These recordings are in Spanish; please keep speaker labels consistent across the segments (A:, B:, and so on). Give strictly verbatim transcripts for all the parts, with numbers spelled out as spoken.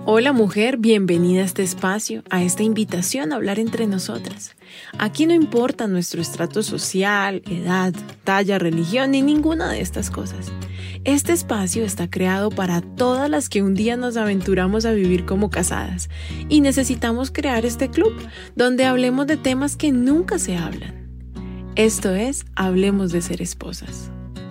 A: Hola mujer, bienvenida a este espacio, a esta invitación a hablar entre nosotras. Aquí no importa nuestro estrato social, edad, talla, religión ni ninguna de estas cosas. Este espacio está creado para todas las que un día nos aventuramos a vivir como casadas y necesitamos crear este club donde hablemos de temas que nunca se hablan. Esto es Hablemos de Ser Esposas.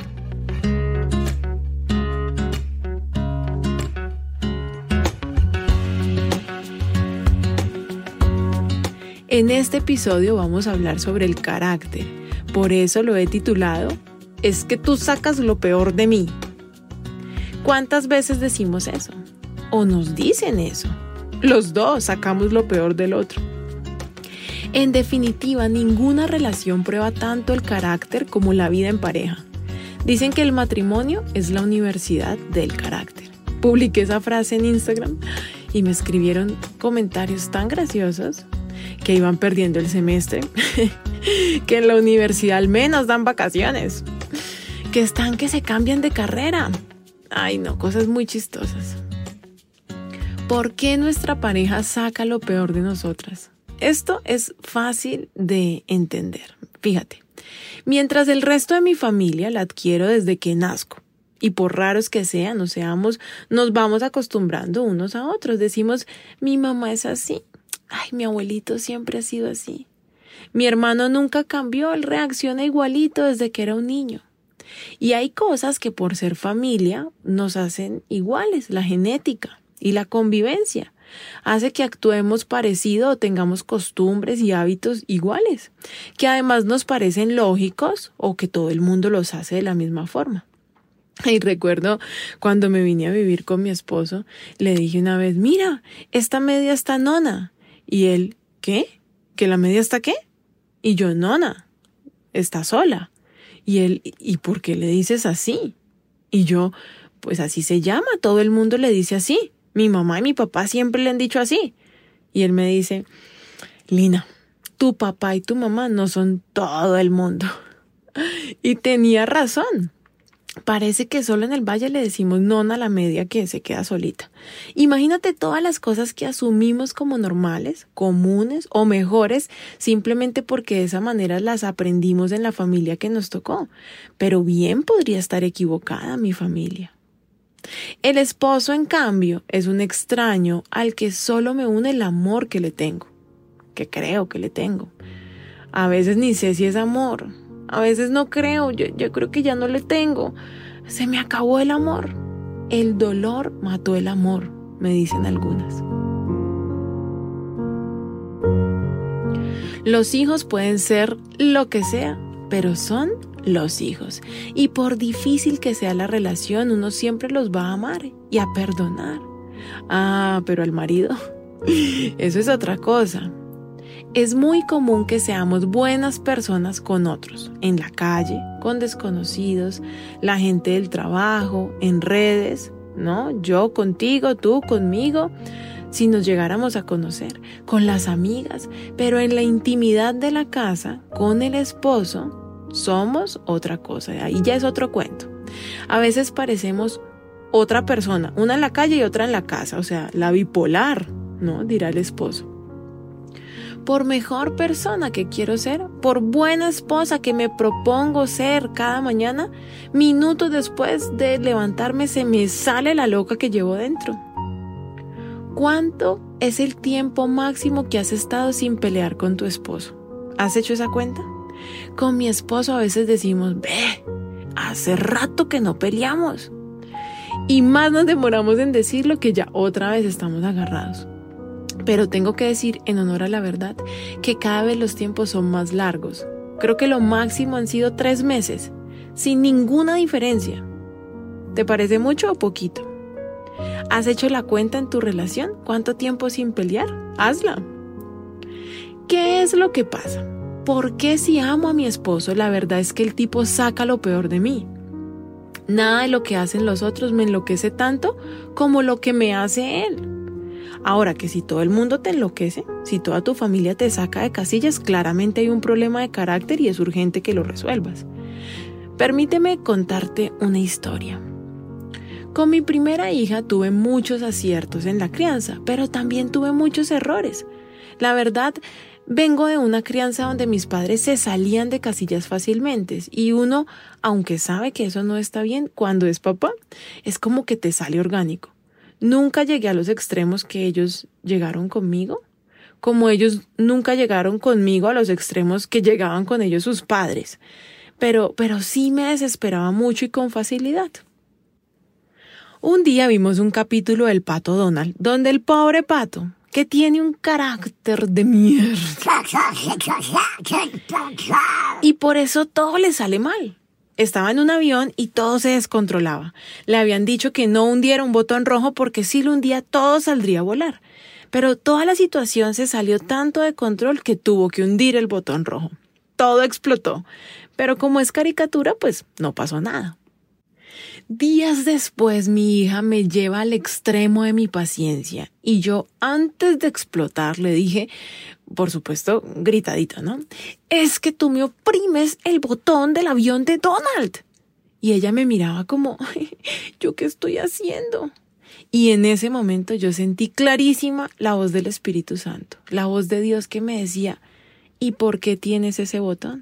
A: En este episodio vamos a hablar sobre el carácter, por eso lo he titulado Es que tú sacas lo peor de mí. ¿Cuántas veces decimos eso? ¿O nos dicen eso? Los dos sacamos lo peor del otro. En definitiva, ninguna relación prueba tanto el carácter como la vida en pareja. Dicen que el matrimonio es la universidad del carácter. Publiqué esa frase en Instagram y me escribieron comentarios tan graciosos que iban perdiendo el semestre, que en la universidad al menos dan vacaciones, que están que se cambian de carrera. Ay no, cosas muy chistosas. ¿Por qué nuestra pareja saca lo peor de nosotras? Esto es fácil de entender. Fíjate, mientras el resto de mi familia la adquiero desde que nazco, y por raros que sean o seamos, nos vamos acostumbrando unos a otros. Decimos, mi mamá es así. Ay, mi abuelito siempre ha sido así. Mi hermano nunca cambió, él reacciona igualito desde que era un niño. Y hay cosas que por ser familia nos hacen iguales, la genética y la convivencia. Hace que actuemos parecido o tengamos costumbres y hábitos iguales, que además nos parecen lógicos o que todo el mundo los hace de la misma forma. Y recuerdo cuando me vine a vivir con mi esposo, le dije una vez, mira, esta media está nona. Y él, ¿qué? ¿Que la media está qué? Y yo, nona, está sola. Y él, ¿y por qué le dices así? Y yo, pues así se llama, todo el mundo le dice así. Mi mamá y mi papá siempre le han dicho así. Y él me dice, Lina, tu papá y tu mamá no son todo el mundo. Y tenía razón. Parece que solo en el valle le decimos nona a la media que se queda solita. Imagínate todas las cosas que asumimos como normales, comunes o mejores simplemente porque de esa manera las aprendimos en la familia que nos tocó. Pero bien podría estar equivocada mi familia. El esposo, en cambio, es un extraño al que solo me une el amor que le tengo, que creo que le tengo. A veces ni sé si es amor. A veces no creo, yo, yo creo que ya no le tengo. Se me acabó el amor. El dolor mató el amor, me dicen algunas. Los hijos pueden ser lo que sea, pero son los hijos. Y por difícil que sea la relación, uno siempre los va a amar y a perdonar. Ah, pero al marido, eso es otra cosa. Es muy común que seamos buenas personas con otros, en la calle, con desconocidos, la gente del trabajo, en redes, ¿no? Yo contigo, tú conmigo, si nos llegáramos a conocer, con las amigas, pero en la intimidad de la casa, con el esposo, somos otra cosa, ahí ya es otro cuento. A veces parecemos otra persona, una en la calle y otra en la casa, o sea, la bipolar, ¿no? Dirá el esposo. Por mejor persona que quiero ser, por buena esposa que me propongo ser cada mañana, minutos después de levantarme se me sale la loca que llevo dentro. ¿Cuánto es el tiempo máximo que has estado sin pelear con tu esposo? ¿Has hecho esa cuenta? Con mi esposo a veces decimos, ve, hace rato que no peleamos. Y más nos demoramos en decirlo que ya otra vez estamos agarrados. Pero tengo que decir, en honor a la verdad, que cada vez los tiempos son más largos. Creo que lo máximo han sido tres meses, sin ninguna diferencia. ¿Te parece mucho o poquito? ¿Has hecho la cuenta en tu relación? ¿Cuánto tiempo sin pelear? Hazla. ¿Qué es lo que pasa? ¿Por qué si amo a mi esposo, la verdad es que el tipo saca lo peor de mí? Nada de lo que hacen los otros me enloquece tanto como lo que me hace él. Ahora que si todo el mundo te enloquece, si toda tu familia te saca de casillas, claramente hay un problema de carácter y es urgente que lo resuelvas. Permíteme contarte una historia. Con mi primera hija tuve muchos aciertos en la crianza, pero también tuve muchos errores. La verdad, vengo de una crianza donde mis padres se salían de casillas fácilmente y uno, aunque sabe que eso no está bien, cuando es papá, es como que te sale orgánico. Nunca llegué a los extremos que ellos llegaron conmigo, como ellos nunca llegaron conmigo a los extremos que llegaban con ellos sus padres. Pero, pero sí me desesperaba mucho y con facilidad. Un día vimos un capítulo del Pato Donald, donde el pobre pato, que tiene un carácter de mierda, y por eso todo le sale mal. Estaba en un avión y todo se descontrolaba. Le habían dicho que no hundiera un botón rojo porque si lo hundía todo saldría a volar. Pero toda la situación se salió tanto de control que tuvo que hundir el botón rojo. Todo explotó. Pero como es caricatura, pues no pasó nada. Días después mi hija me lleva al extremo de mi paciencia y yo antes de explotar le dije, por supuesto gritadito, ¿no? Es que tú me oprimes el botón del avión de Donald. Y ella me miraba como, ¿yo qué estoy haciendo? Y en ese momento yo sentí clarísima la voz del Espíritu Santo, la voz de Dios que me decía, ¿y por qué tienes ese botón?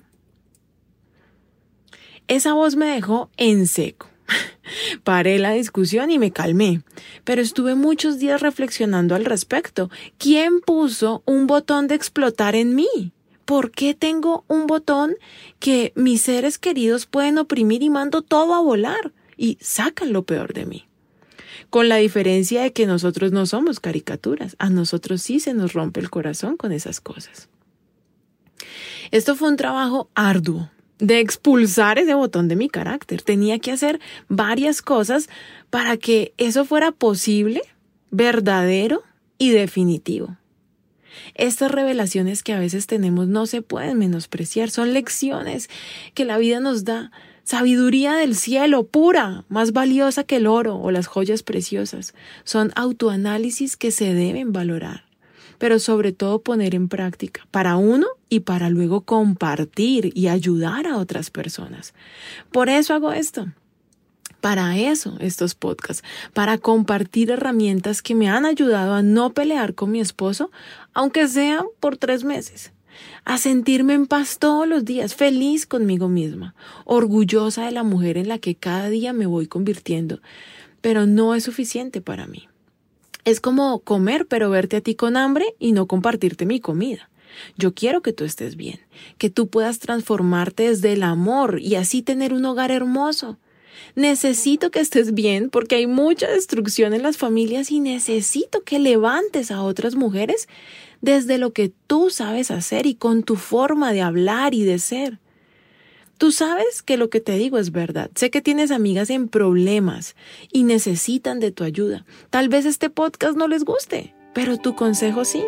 A: Esa voz me dejó en seco. Paré la discusión y me calmé, pero estuve muchos días reflexionando al respecto. ¿Quién puso un botón de explotar en mí? ¿Por qué tengo un botón que mis seres queridos pueden oprimir y mando todo a volar y sacan lo peor de mí? Con la diferencia de que nosotros no somos caricaturas, a nosotros sí se nos rompe el corazón con esas cosas. Esto fue un trabajo arduo. De expulsar ese botón de mi carácter. Tenía que hacer varias cosas para que eso fuera posible, verdadero y definitivo. Estas revelaciones que a veces tenemos no se pueden menospreciar. Son lecciones que la vida nos da. Sabiduría del cielo, pura, más valiosa que el oro o las joyas preciosas. Son autoanálisis que se deben valorar, pero sobre todo poner en práctica para uno y para luego compartir y ayudar a otras personas. Por eso hago esto. Para eso estos podcasts, para compartir herramientas que me han ayudado a no pelear con mi esposo, aunque sea por tres meses. A sentirme en paz todos los días, feliz conmigo misma, orgullosa de la mujer en la que cada día me voy convirtiendo, pero no es suficiente para mí. Es como comer, pero verte a ti con hambre y no compartirte mi comida. Yo quiero que tú estés bien, que tú puedas transformarte desde el amor y así tener un hogar hermoso. Necesito que estés bien porque hay mucha destrucción en las familias y necesito que levantes a otras mujeres desde lo que tú sabes hacer y con tu forma de hablar y de ser. Tú sabes que lo que te digo es verdad. Sé que tienes amigas en problemas y necesitan de tu ayuda. Tal vez este podcast no les guste, pero tu consejo sí.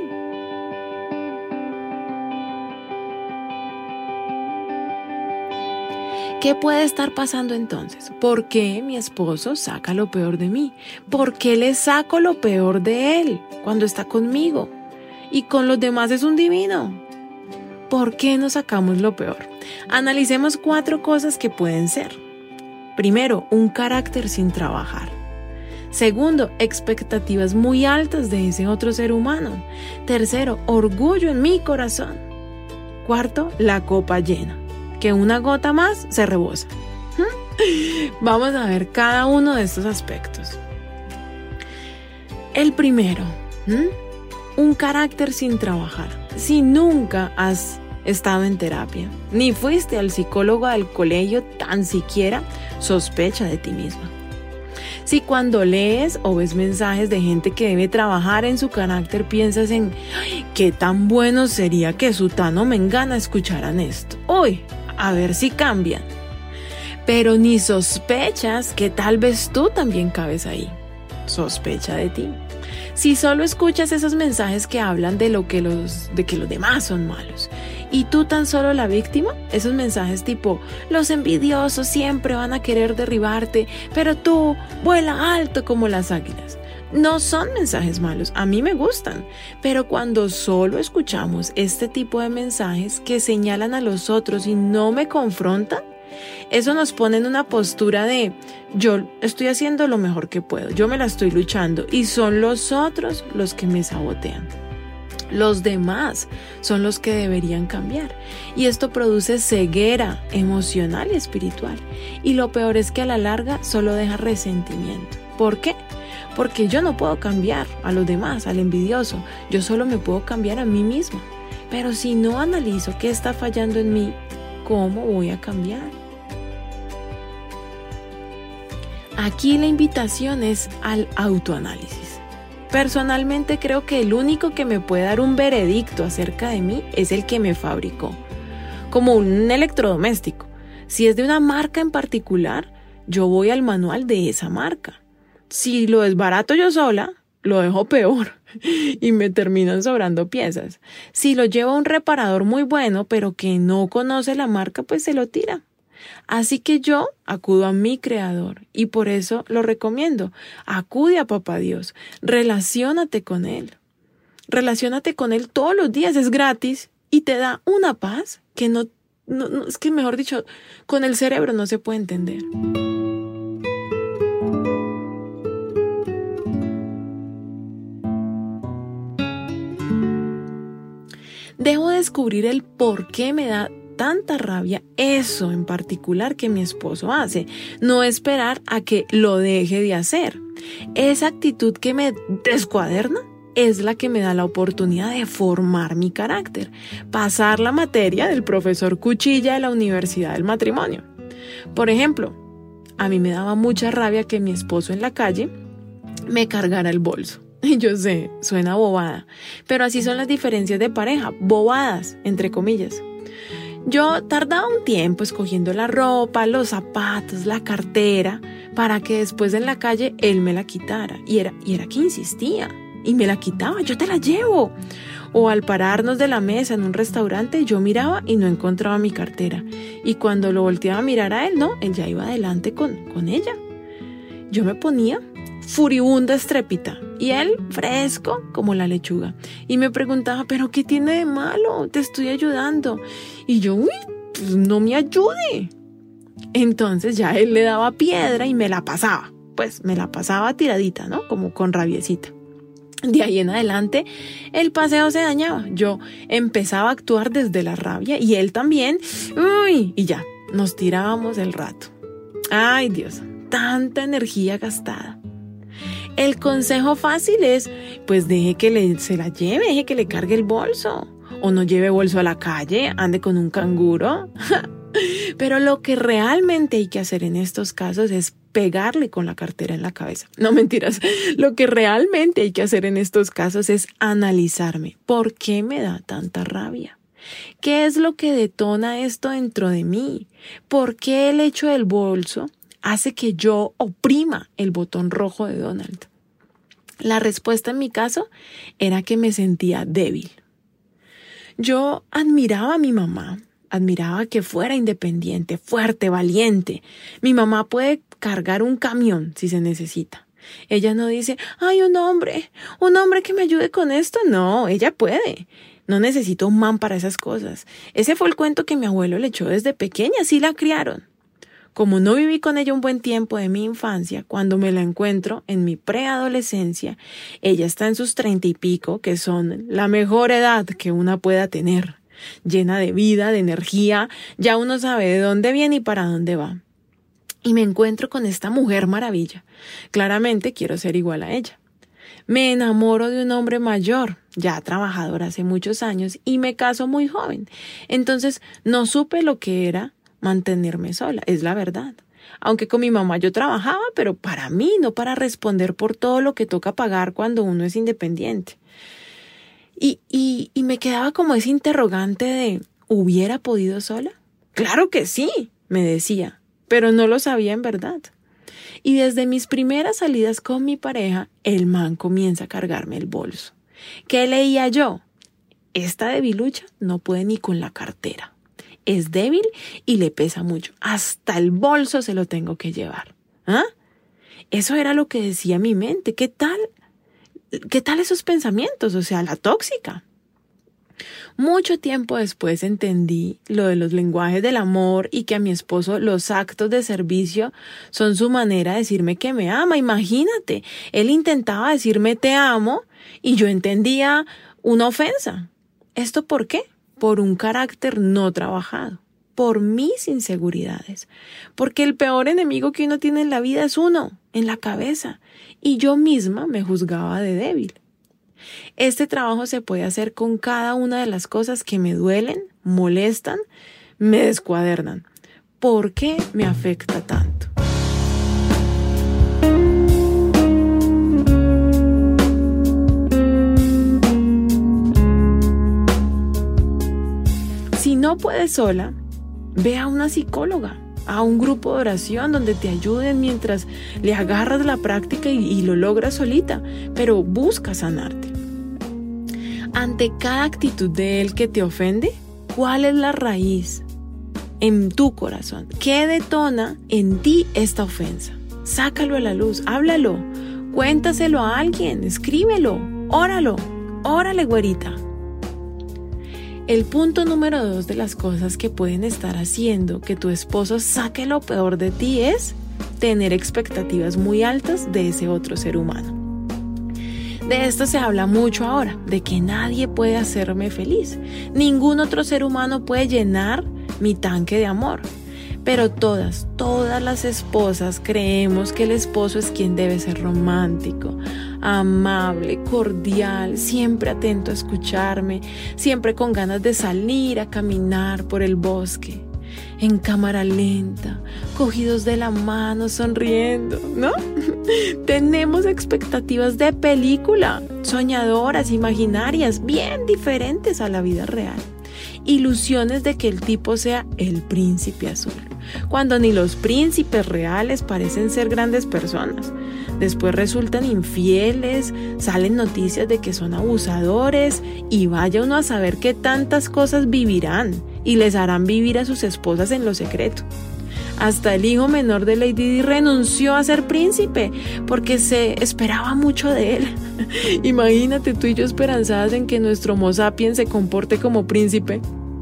A: ¿Qué puede estar pasando entonces? ¿Por qué mi esposo saca lo peor de mí? ¿Por qué le saco lo peor de él cuando está conmigo? Y con los demás es un divino. ¿Por qué nos sacamos lo peor? Analicemos cuatro cosas que pueden ser. Primero, un carácter sin trabajar. Segundo, expectativas muy altas de ese otro ser humano. Tercero, orgullo en mi corazón. Cuarto, la copa llena, que una gota más se rebosa. Vamos a ver cada uno de estos aspectos. El primero, ¿hmm? un carácter sin trabajar. Si nunca has estado en terapia, ni fuiste al psicólogo del colegio, tan siquiera sospecha de ti misma. Si cuando lees o ves mensajes de gente que debe trabajar en su carácter, piensas en qué tan bueno sería que sutano mengana escucharan esto. Uy, a ver si cambian. Pero ni sospechas que tal vez tú también cabes ahí. Sospecha de ti. Si solo escuchas esos mensajes que hablan de lo que los, de que los demás son malos y tú tan solo la víctima, esos mensajes tipo los envidiosos siempre van a querer derribarte, pero tú vuela alto como las águilas. No son mensajes malos, a mí me gustan, pero cuando solo escuchamos este tipo de mensajes que señalan a los otros y no me confrontan, Eso nos pone en una postura de yo estoy haciendo lo mejor que puedo, yo me la estoy luchando y son los otros los que me sabotean. Los demás son los que deberían cambiar y esto produce ceguera emocional y espiritual. Y lo peor es que a la larga solo deja resentimiento. ¿Por qué? Porque yo no puedo cambiar a los demás, al envidioso. Yo solo me puedo cambiar a mí misma. Pero si no analizo qué está fallando en mí, ¿cómo voy a cambiar? Aquí la invitación es al autoanálisis. Personalmente creo que el único que me puede dar un veredicto acerca de mí es el que me fabricó, como un electrodoméstico. Si es de una marca en particular, yo voy al manual de esa marca. Si lo desbarato yo sola, lo dejo peor y me terminan sobrando piezas. Si lo llevo a un reparador muy bueno, pero que no conoce la marca, pues se lo tira. Así que yo acudo a mi creador y por eso lo recomiendo. Acude a Papá Dios, relaciónate con Él. Relaciónate con Él todos los días, es gratis y te da una paz que no, no, no es que mejor dicho, con el cerebro no se puede entender. Debo descubrir el por qué me da tanta rabia eso en particular que mi esposo hace, no esperar a que lo deje de hacer. Esa actitud que me descuaderna es la que me da la oportunidad de formar mi carácter, pasar la materia del profesor Cuchilla de la Universidad del Matrimonio. Por ejemplo, a mí me daba mucha rabia que mi esposo en la calle me cargara el bolso. Y yo sé, suena bobada, pero así son las diferencias de pareja, bobadas, entre comillas. Yo tardaba un tiempo escogiendo la ropa, los zapatos, la cartera, para que después en la calle él me la quitara. Y era, y era que insistía, y me la quitaba, yo te la llevo. O al pararnos de la mesa en un restaurante, yo miraba y no encontraba mi cartera. Y cuando lo volteaba a mirar a él, no, él ya iba adelante con, con ella. Yo me ponía furibunda estrépita y él fresco como la lechuga y me preguntaba, ¿pero qué tiene de malo? Te estoy ayudando. Y yo, uy, pues no me ayude. Entonces ya él le daba piedra y me la pasaba, pues me la pasaba tiradita, ¿no? Como con rabiecita. De ahí en adelante el paseo se dañaba, yo empezaba a actuar desde la rabia y él también, uy, y ya, nos tirábamos el rato. Ay Dios, tanta energía gastada. El consejo fácil es, pues deje que le, se la lleve, deje que le cargue el bolso. O no lleve bolso a la calle, ande con un canguro. Pero lo que realmente hay que hacer en estos casos es pegarle con la cartera en la cabeza. No, mentiras. Lo que realmente hay que hacer en estos casos es analizarme. ¿Por qué me da tanta rabia? ¿Qué es lo que detona esto dentro de mí? ¿Por qué el hecho del bolso hace que yo oprima el botón rojo de Donald? La respuesta en mi caso era que me sentía débil. Yo admiraba a mi mamá, admiraba que fuera independiente, fuerte, valiente. Mi mamá puede cargar un camión si se necesita. Ella no dice, ay, un hombre, un hombre que me ayude con esto. No, ella puede. No necesito un man para esas cosas. Ese fue el cuento que mi abuelo le echó desde pequeña, así la criaron. Como no viví con ella un buen tiempo de mi infancia, cuando me la encuentro en mi preadolescencia, ella está en sus treinta y pico, que son la mejor edad que una pueda tener, llena de vida, de energía, ya uno sabe de dónde viene y para dónde va. Y me encuentro con esta mujer maravilla. Claramente quiero ser igual a ella. Me enamoro de un hombre mayor, ya trabajador hace muchos años, y me caso muy joven. Entonces no supe lo que era mantenerme sola, es la verdad. Aunque con mi mamá yo trabajaba, pero para mí, no para responder por todo lo que toca pagar cuando uno es independiente. Y, y, y me quedaba como ese interrogante de, ¿hubiera podido sola? Claro que sí, me decía, pero no lo sabía en verdad. Y desde mis primeras salidas con mi pareja, el man comienza a cargarme el bolso. ¿Qué leía yo? Esta debilucha no puede ni con la cartera. Es débil y le pesa mucho. Hasta el bolso se lo tengo que llevar. ¿Ah? Eso era lo que decía mi mente. ¿Qué tal? ¿Qué tal esos pensamientos? O sea, la tóxica. Mucho tiempo después entendí lo de los lenguajes del amor y que a mi esposo los actos de servicio son su manera de decirme que me ama. Imagínate, él intentaba decirme te amo y yo entendía una ofensa. ¿Esto por qué? Por un carácter no trabajado, por mis inseguridades, porque el peor enemigo que uno tiene en la vida es uno, en la cabeza, y yo misma me juzgaba de débil. Este trabajo se puede hacer con cada una de las cosas que me duelen, molestan, me descuadernan. ¿Por qué me afecta tanto? Si no puedes sola, ve a una psicóloga, a un grupo de oración donde te ayuden mientras le agarras la práctica y, y lo logras solita, pero busca sanarte. Ante cada actitud de él que te ofende, ¿cuál es la raíz en tu corazón? ¿Qué detona en ti esta ofensa? Sácalo a la luz, háblalo, cuéntaselo a alguien, escríbelo, óralo, órale, güerita. El punto número dos de las cosas que pueden estar haciendo que tu esposo saque lo peor de ti es tener expectativas muy altas de ese otro ser humano. De esto se habla mucho ahora, de que nadie puede hacerme feliz. Ningún otro ser humano puede llenar mi tanque de amor. Pero todas, todas las esposas creemos que el esposo es quien debe ser romántico, amable, cordial, siempre atento a escucharme, siempre con ganas de salir a caminar por el bosque, en cámara lenta, cogidos de la mano, sonriendo, ¿no? Tenemos expectativas de película, soñadoras, imaginarias, bien diferentes a la vida real. Ilusiones de que el tipo sea el príncipe azul, cuando ni los príncipes reales parecen ser grandes personas. Después resultan infieles, salen noticias de que son abusadores y vaya uno a saber qué tantas cosas vivirán y les harán vivir a sus esposas en lo secreto. Hasta el hijo menor de Lady Di renunció a ser príncipe porque se esperaba mucho de él. Imagínate tú y yo esperanzadas en que nuestro Homo sapiens se comporte como príncipe.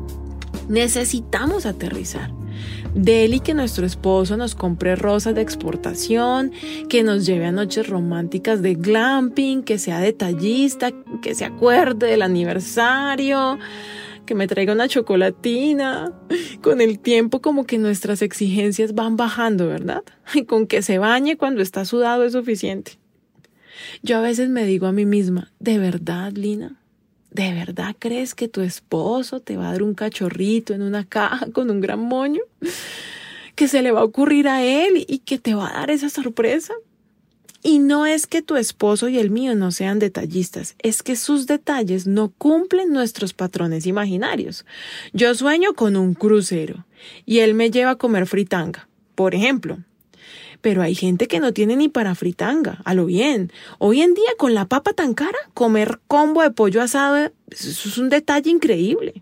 A: Necesitamos aterrizar. De él y que nuestro esposo nos compre rosas de exportación, que nos lleve a noches románticas de glamping, que sea detallista, que se acuerde del aniversario, que me traiga una chocolatina. Con el tiempo como que nuestras exigencias van bajando, ¿verdad? Y con que se bañe cuando está sudado es suficiente. Yo a veces me digo a mí misma, ¿de verdad, Lina? ¿De verdad crees que tu esposo te va a dar un cachorrito en una caja con un gran moño? ¿Que se le va a ocurrir a él y que te va a dar esa sorpresa? Y no es que tu esposo y el mío no sean detallistas, es que sus detalles no cumplen nuestros patrones imaginarios. Yo sueño con un crucero y él me lleva a comer fritanga, por ejemplo. Pero hay gente que no tiene ni para fritanga, a lo bien. Hoy en día, con la papa tan cara, comer combo de pollo asado, eso es un detalle increíble.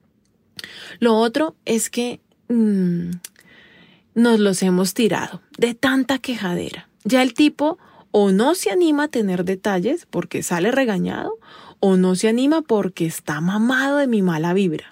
A: Lo otro es que mmm, nos los hemos tirado de tanta quejadera. Ya el tipo o no se anima a tener detalles porque sale regañado, o no se anima porque está mamado de mi mala vibra.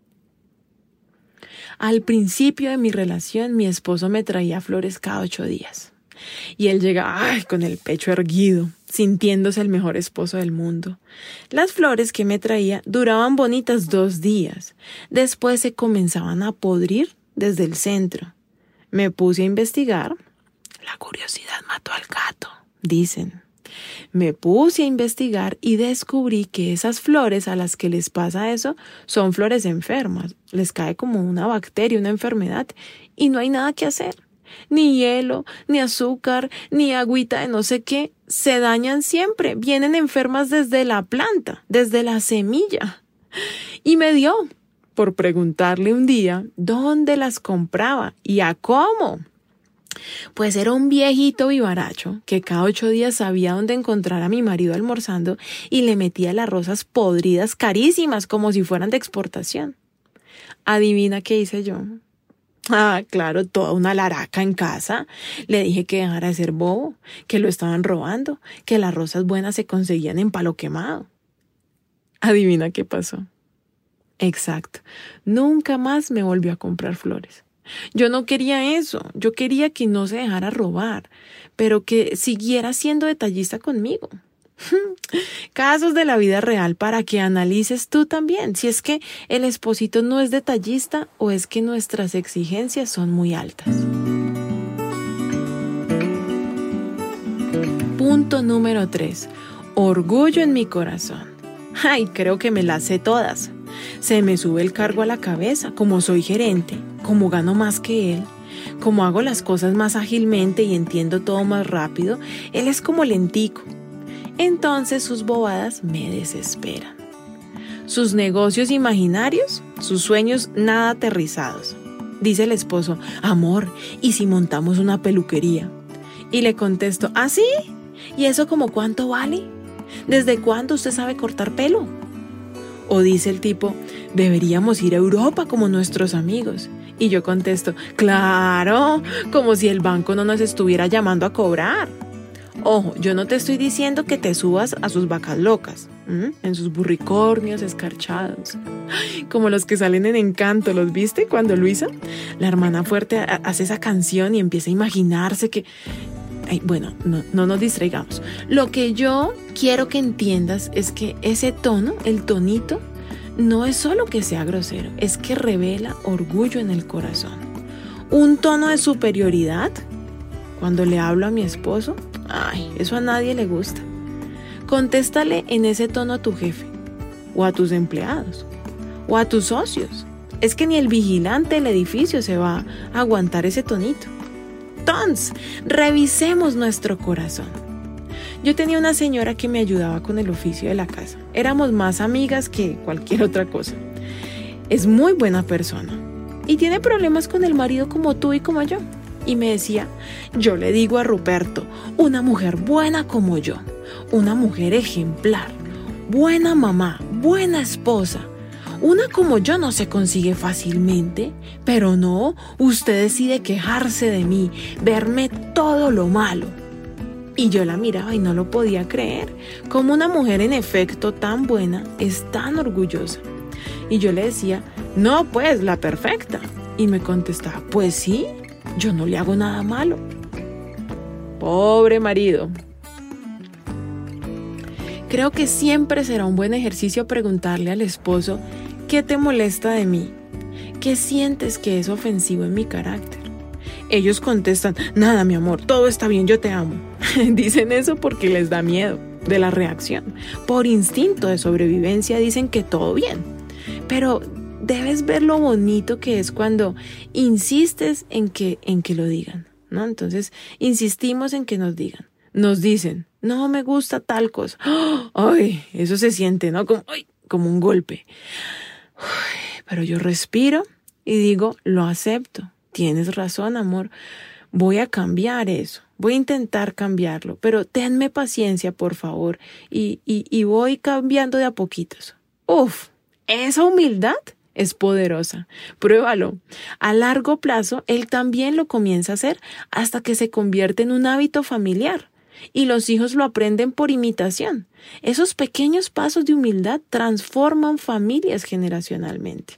A: Al principio de mi relación, mi esposo me traía flores cada ocho días. Y él llegaba ay, con el pecho erguido, sintiéndose el mejor esposo del mundo. Las flores que me traía duraban bonitas dos días. Después se comenzaban a podrir desde el centro. Me puse a investigar. La curiosidad mató al gato, dicen. Me puse a investigar y descubrí que esas flores a las que les pasa eso son flores enfermas. Les cae como una bacteria, una enfermedad y no hay nada que hacer. Ni hielo, ni azúcar, ni agüita de no sé qué. Se dañan siempre. Vienen enfermas desde la planta, desde la semilla. Y me dio por preguntarle un día dónde las compraba y a cómo. Pues era un viejito vivaracho que cada ocho días sabía dónde encontrar a mi marido almorzando y le metía las rosas podridas carísimas como si fueran de exportación. ¿Adivina qué hice yo? Ah, claro, toda una laraca en casa. Le dije que dejara de ser bobo, que lo estaban robando, que las rosas buenas se conseguían en palo quemado. ¿Adivina qué pasó? Exacto. Nunca más me volvió a comprar flores. Yo no quería eso. Yo quería que no se dejara robar, pero que siguiera siendo detallista conmigo. Casos de la vida real para que analices tú también si es que el esposito no es detallista o es que nuestras exigencias son muy altas. Punto número tres. Orgullo en mi corazón. Ay, creo que me las sé todas. Se me sube el cargo a la cabeza, como soy gerente, como gano más que él, como hago las cosas más ágilmente y entiendo todo más rápido, él es como lentico. Entonces sus bobadas me desesperan. Sus negocios imaginarios, sus sueños nada aterrizados. Dice el esposo, amor, ¿y si montamos una peluquería? Y le contesto, ¿ah, sí? ¿Y eso como cuánto vale? ¿Desde cuándo usted sabe cortar pelo? O dice el tipo, deberíamos ir a Europa como nuestros amigos. Y yo contesto, claro, como si el banco no nos estuviera llamando a cobrar. Ojo, yo no te estoy diciendo que te subas a sus vacas locas, ¿m? En sus burricornios escarchados, como los que salen en Encanto, ¿los viste? Cuando Luisa, la hermana fuerte, hace esa canción y empieza a imaginarse que... Ay, bueno, no, no nos distraigamos. Lo que yo quiero que entiendas es que ese tono, el tonito, no es solo que sea grosero, es que revela orgullo en el corazón. Un tono de superioridad, cuando le hablo a mi esposo, ay, eso a nadie le gusta. Contéstale en ese tono a tu jefe, o a tus empleados, o a tus socios. Es que ni el vigilante del edificio se va a aguantar ese tonito. Entonces, revisemos nuestro corazón. Yo tenía una señora que me ayudaba con el oficio de la casa. Éramos más amigas que cualquier otra cosa. Es muy buena persona y tiene problemas con el marido como tú y como yo. Y me decía, yo le digo a Ruperto, una mujer buena como yo, una mujer ejemplar, buena mamá, buena esposa. Una como yo no se consigue fácilmente, pero no, usted decide quejarse de mí, verme todo lo malo. Y yo la miraba y no lo podía creer, como una mujer en efecto tan buena es tan orgullosa. Y yo le decía, no pues, la perfecta. Y me contestaba, pues sí, yo no le hago nada malo. Pobre marido. Creo que siempre será un buen ejercicio preguntarle al esposo, ¿qué te molesta de mí? ¿Qué sientes que es ofensivo en mi carácter? Ellos contestan, nada mi amor, todo está bien, yo te amo. Dicen eso porque les da miedo de la reacción. Por instinto de sobrevivencia dicen que todo bien. Pero debes ver lo bonito que es cuando insistes en que, en que lo digan, ¿no? Entonces, insistimos en que nos digan. Nos dicen, no me gusta tal cosa. Ay, eso se siente, ¿no? Como, ay, como un golpe. Ay, pero yo respiro y digo, lo acepto. Tienes razón, amor. Voy a cambiar eso. Voy a intentar cambiarlo. Pero tenme paciencia, por favor. Y, y, y voy cambiando de a poquitos. Uf, esa humildad es poderosa. Pruébalo. A largo plazo, él también lo comienza a hacer hasta que se convierte en un hábito familiar. Y los hijos lo aprenden por imitación. Esos pequeños pasos de humildad transforman familias generacionalmente.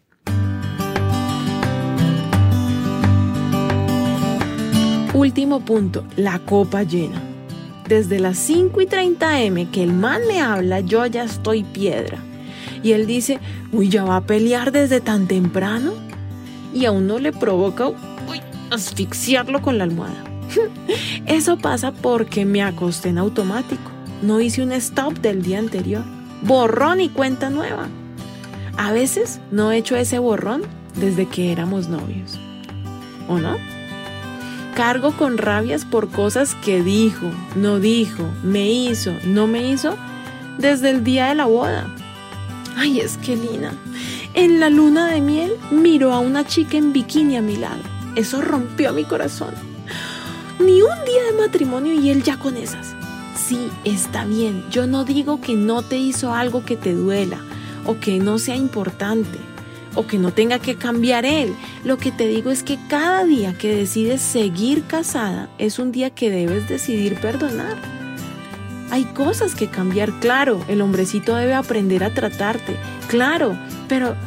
A: Último punto, la copa llena. Desde las cinco y treinta eme que el man me habla, yo ya estoy piedra. Y él dice, uy, ¿ya va a pelear desde tan temprano? Y a uno le provoca, uy, asfixiarlo con la almohada. Eso pasa porque me acosté en automático. No hice un stop del día anterior. Borrón y cuenta nueva. A veces no he hecho ese borrón desde que éramos novios. ¿O no? Cargo con rabias por cosas que dijo, no dijo, me hizo, no me hizo, desde el día de la boda. Ay, es que Lina, en la luna de miel miró a una chica en bikini a mi lado. Eso rompió mi corazón. Ni un día de matrimonio y él ya con esas. Sí, está bien, yo no digo que no te hizo algo que te duela, o que no sea importante, o que no tenga que cambiar él. Lo que te digo es que cada día que decides seguir casada es un día que debes decidir perdonar. Hay cosas que cambiar, claro, el hombrecito debe aprender a tratarte, claro, pero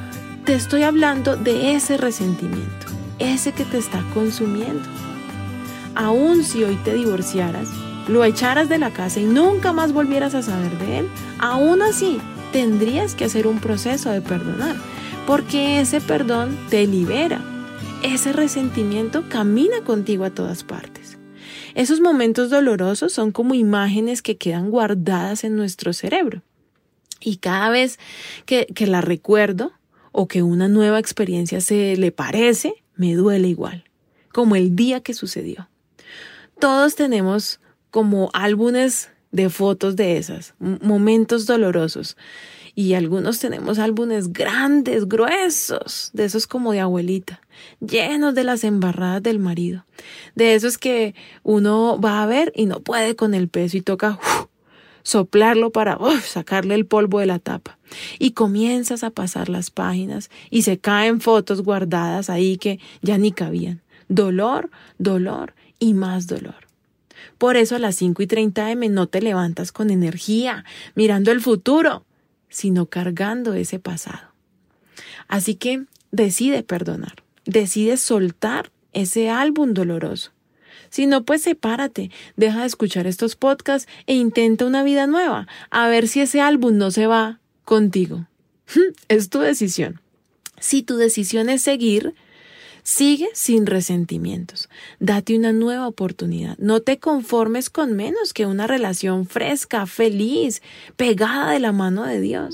A: te estoy hablando de ese resentimiento, ese que te está consumiendo. Aún si hoy te divorciaras, lo echaras de la casa y nunca más volvieras a saber de él, aún así tendrías que hacer un proceso de perdonar, porque ese perdón te libera. Ese resentimiento camina contigo a todas partes. Esos momentos dolorosos son como imágenes que quedan guardadas en nuestro cerebro. Y cada vez que, que la recuerdo o que una nueva experiencia se le parece, me duele igual, como el día que sucedió. Todos tenemos como álbumes de fotos de esas, momentos dolorosos. Y algunos tenemos álbumes grandes, gruesos, de esos como de abuelita, llenos de las embarradas del marido. De esos que uno va a ver y no puede con el peso y toca uf, soplarlo para uf, sacarle el polvo de la tapa. Y comienzas a pasar las páginas y se caen fotos guardadas ahí que ya ni cabían. Dolor, dolor y más dolor. Por eso a las cinco y treinta eme no te levantas con energía, mirando el futuro, sino cargando ese pasado. Así que decide perdonar, decide soltar ese álbum doloroso. Si no, pues sepárate, deja de escuchar estos podcasts e intenta una vida nueva, a ver si ese álbum no se va contigo. Es tu decisión. Si tu decisión es seguir, sigue sin resentimientos. Date una nueva oportunidad. No te conformes con menos que una relación fresca, feliz, pegada de la mano de Dios.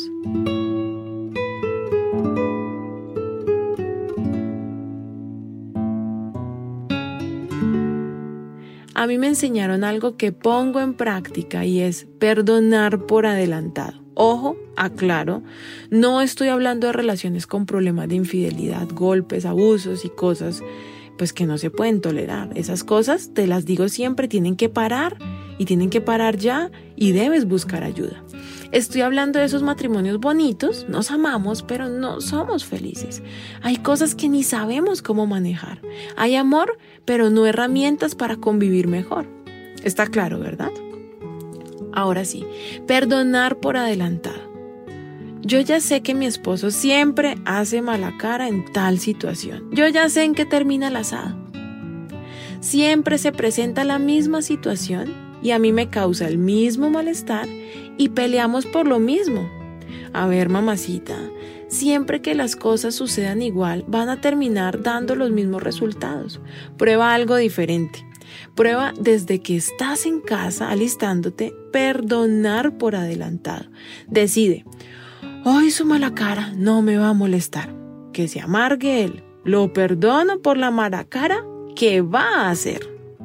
A: A mí me enseñaron algo que pongo en práctica y es perdonar por adelantado. Ojo, aclaro, no estoy hablando de relaciones con problemas de infidelidad, golpes, abusos y cosas pues que no se pueden tolerar. Esas cosas, te las digo siempre, tienen que parar y tienen que parar ya y debes buscar ayuda. Estoy hablando de esos matrimonios bonitos, nos amamos, pero no somos felices. Hay cosas que ni sabemos cómo manejar. Hay amor, pero no herramientas para convivir mejor. Está claro, ¿verdad? Ahora sí, perdonar por adelantado. Yo ya sé que mi esposo siempre hace mala cara en tal situación. Yo ya sé en qué termina el asado. Siempre se presenta la misma situación y a mí me causa el mismo malestar y peleamos por lo mismo. A ver, mamacita, siempre que las cosas sucedan igual, van a terminar dando los mismos resultados. Prueba algo diferente. Prueba desde que estás en casa alistándote, perdonar por adelantado. Decide, hoy su mala cara no me va a molestar. Que se amargue él. Lo perdono por la mala cara que va a hacer.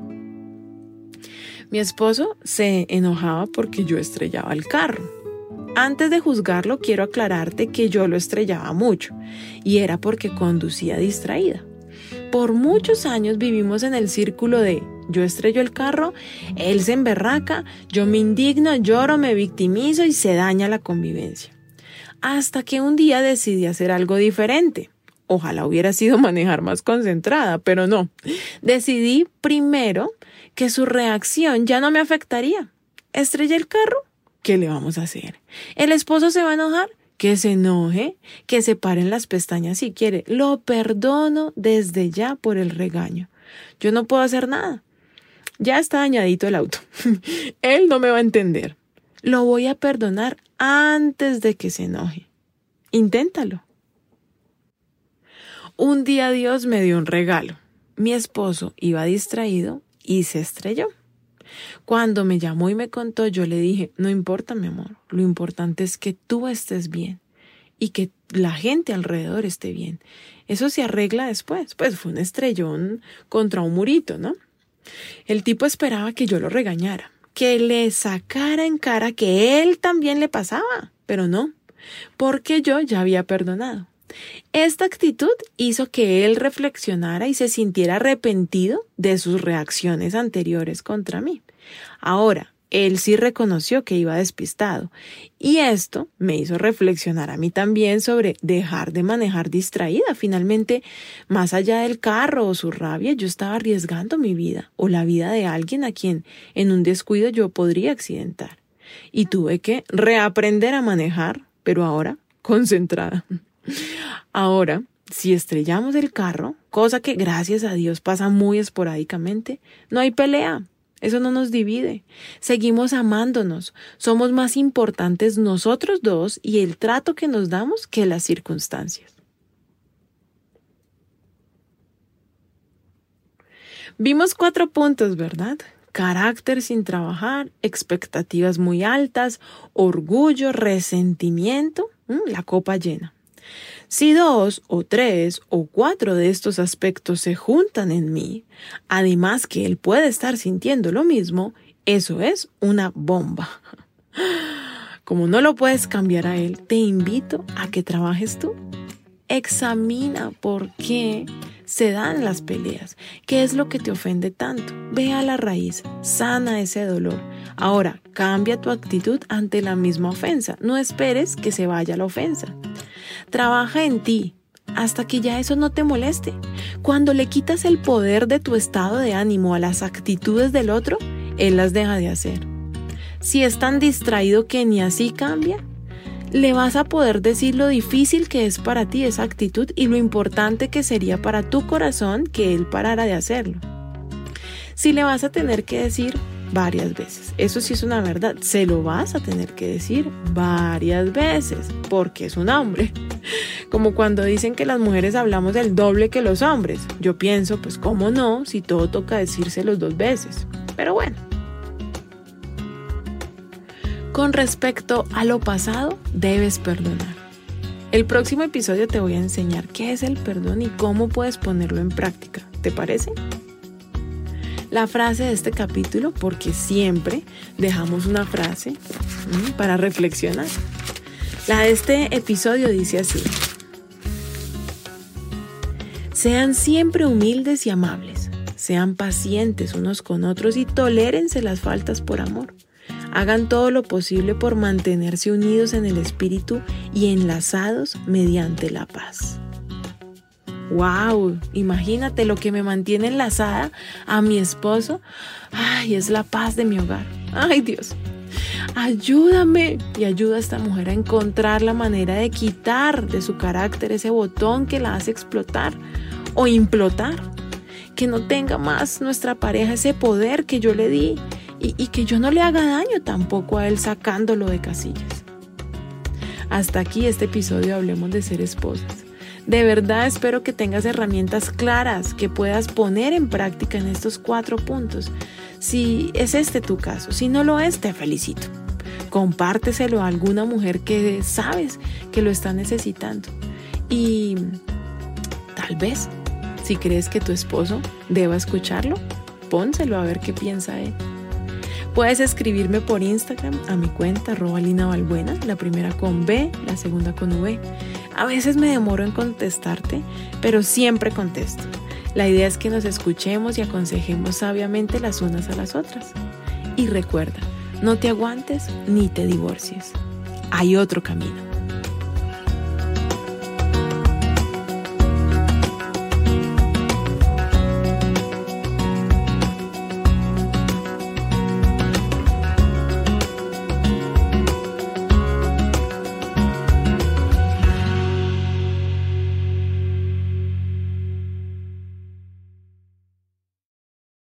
A: Mi esposo se enojaba porque yo estrellaba el carro. Antes de juzgarlo, quiero aclararte que yo lo estrellaba mucho y era porque conducía distraída. Por muchos años vivimos en el círculo de yo estrello el carro, él se emberraca, yo me indigno, lloro, me victimizo y se daña la convivencia. Hasta que un día decidí hacer algo diferente. Ojalá hubiera sido manejar más concentrada, pero no. Decidí primero que su reacción ya no me afectaría. ¿Estrellé el carro? ¿Qué le vamos a hacer? ¿El esposo se va a enojar? Que se enoje, que se paren las pestañas si quiere. Lo perdono desde ya por el regaño. Yo no puedo hacer nada. Ya está dañadito el auto. Él no me va a entender. Lo voy a perdonar antes de que se enoje. Inténtalo. Un día Dios me dio un regalo. Mi esposo iba distraído y se estrelló. Cuando me llamó y me contó, yo le dije, no importa, mi amor, lo importante es que tú estés bien y que la gente alrededor esté bien. Eso se arregla después. Pues fue un estrellón contra un murito, ¿no? El tipo esperaba que yo lo regañara, que le sacara en cara que él también le pasaba, pero no, porque yo ya había perdonado. Esta actitud hizo que él reflexionara y se sintiera arrepentido de sus reacciones anteriores contra mí. Ahora, él sí reconoció que iba despistado y esto me hizo reflexionar a mí también sobre dejar de manejar distraída. Finalmente, más allá del carro o su rabia, yo estaba arriesgando mi vida o la vida de alguien a quien en un descuido yo podría accidentar. Y tuve que reaprender a manejar, pero ahora concentrada. Ahora, si estrellamos el carro, cosa que gracias a Dios pasa muy esporádicamente, no hay pelea. Eso no nos divide. Seguimos amándonos. Somos más importantes nosotros dos y el trato que nos damos que las circunstancias. Vimos cuatro puntos, ¿verdad? Carácter sin trabajar, expectativas muy altas, orgullo, resentimiento, la copa llena. Si dos o tres o cuatro de estos aspectos se juntan en mí, además que él puede estar sintiendo lo mismo, eso es una bomba. Como no lo puedes cambiar a él, te invito a que trabajes tú. Examina por qué se dan las peleas, qué es lo que te ofende tanto. Ve a la raíz, sana ese dolor. Ahora, cambia tu actitud ante la misma ofensa. No esperes que se vaya la ofensa. Trabaja en ti hasta que ya eso no te moleste. Cuando le quitas el poder de tu estado de ánimo a las actitudes del otro, él las deja de hacer. Si es tan distraído que ni así cambia, le vas a poder decir lo difícil que es para ti esa actitud y lo importante que sería para tu corazón que él parara de hacerlo. Si le vas a tener que decir varias veces, eso sí es una verdad, se lo vas a tener que decir varias veces, porque es un hombre. Como cuando dicen que las mujeres hablamos el doble que los hombres. Yo pienso, pues cómo no, si todo toca decírselo dos veces. Pero bueno. Con respecto a lo pasado, debes perdonar. El próximo episodio te voy a enseñar qué es el perdón y cómo puedes ponerlo en práctica. ¿Te parece? La frase de este capítulo, porque siempre dejamos una frase ¿m? para reflexionar. La de este episodio dice así: sean siempre humildes y amables, sean pacientes unos con otros y tolérense las faltas por amor. Hagan todo lo posible por mantenerse unidos en el espíritu y enlazados mediante la paz. ¡Wow! Imagínate, lo que me mantiene enlazada a mi esposo. ¡Ay! Es la paz de mi hogar. ¡Ay, Dios! Ayúdame y ayuda a esta mujer a encontrar la manera de quitar de su carácter ese botón que la hace explotar o implotar. Que no tenga más nuestra pareja ese poder que yo le di y, y que yo no le haga daño tampoco a él sacándolo de casillas. Hasta aquí este episodio Hablemos de Ser Esposas. De verdad espero que tengas herramientas claras que puedas poner en práctica en estos cuatro puntos. Si es este tu caso, si no lo es, te felicito. Compárteselo a alguna mujer que sabes que lo está necesitando. Y tal vez, si crees que tu esposo deba escucharlo, pónselo a ver qué piensa él. Puedes escribirme por Instagram a mi cuenta arroba Lina Balbuena, la primera con B, la segunda con V. A veces me demoro en contestarte, pero siempre contesto. La idea es que nos escuchemos y aconsejemos sabiamente las unas a las otras. Y recuerda, no te aguantes ni te divorcies. Hay otro camino.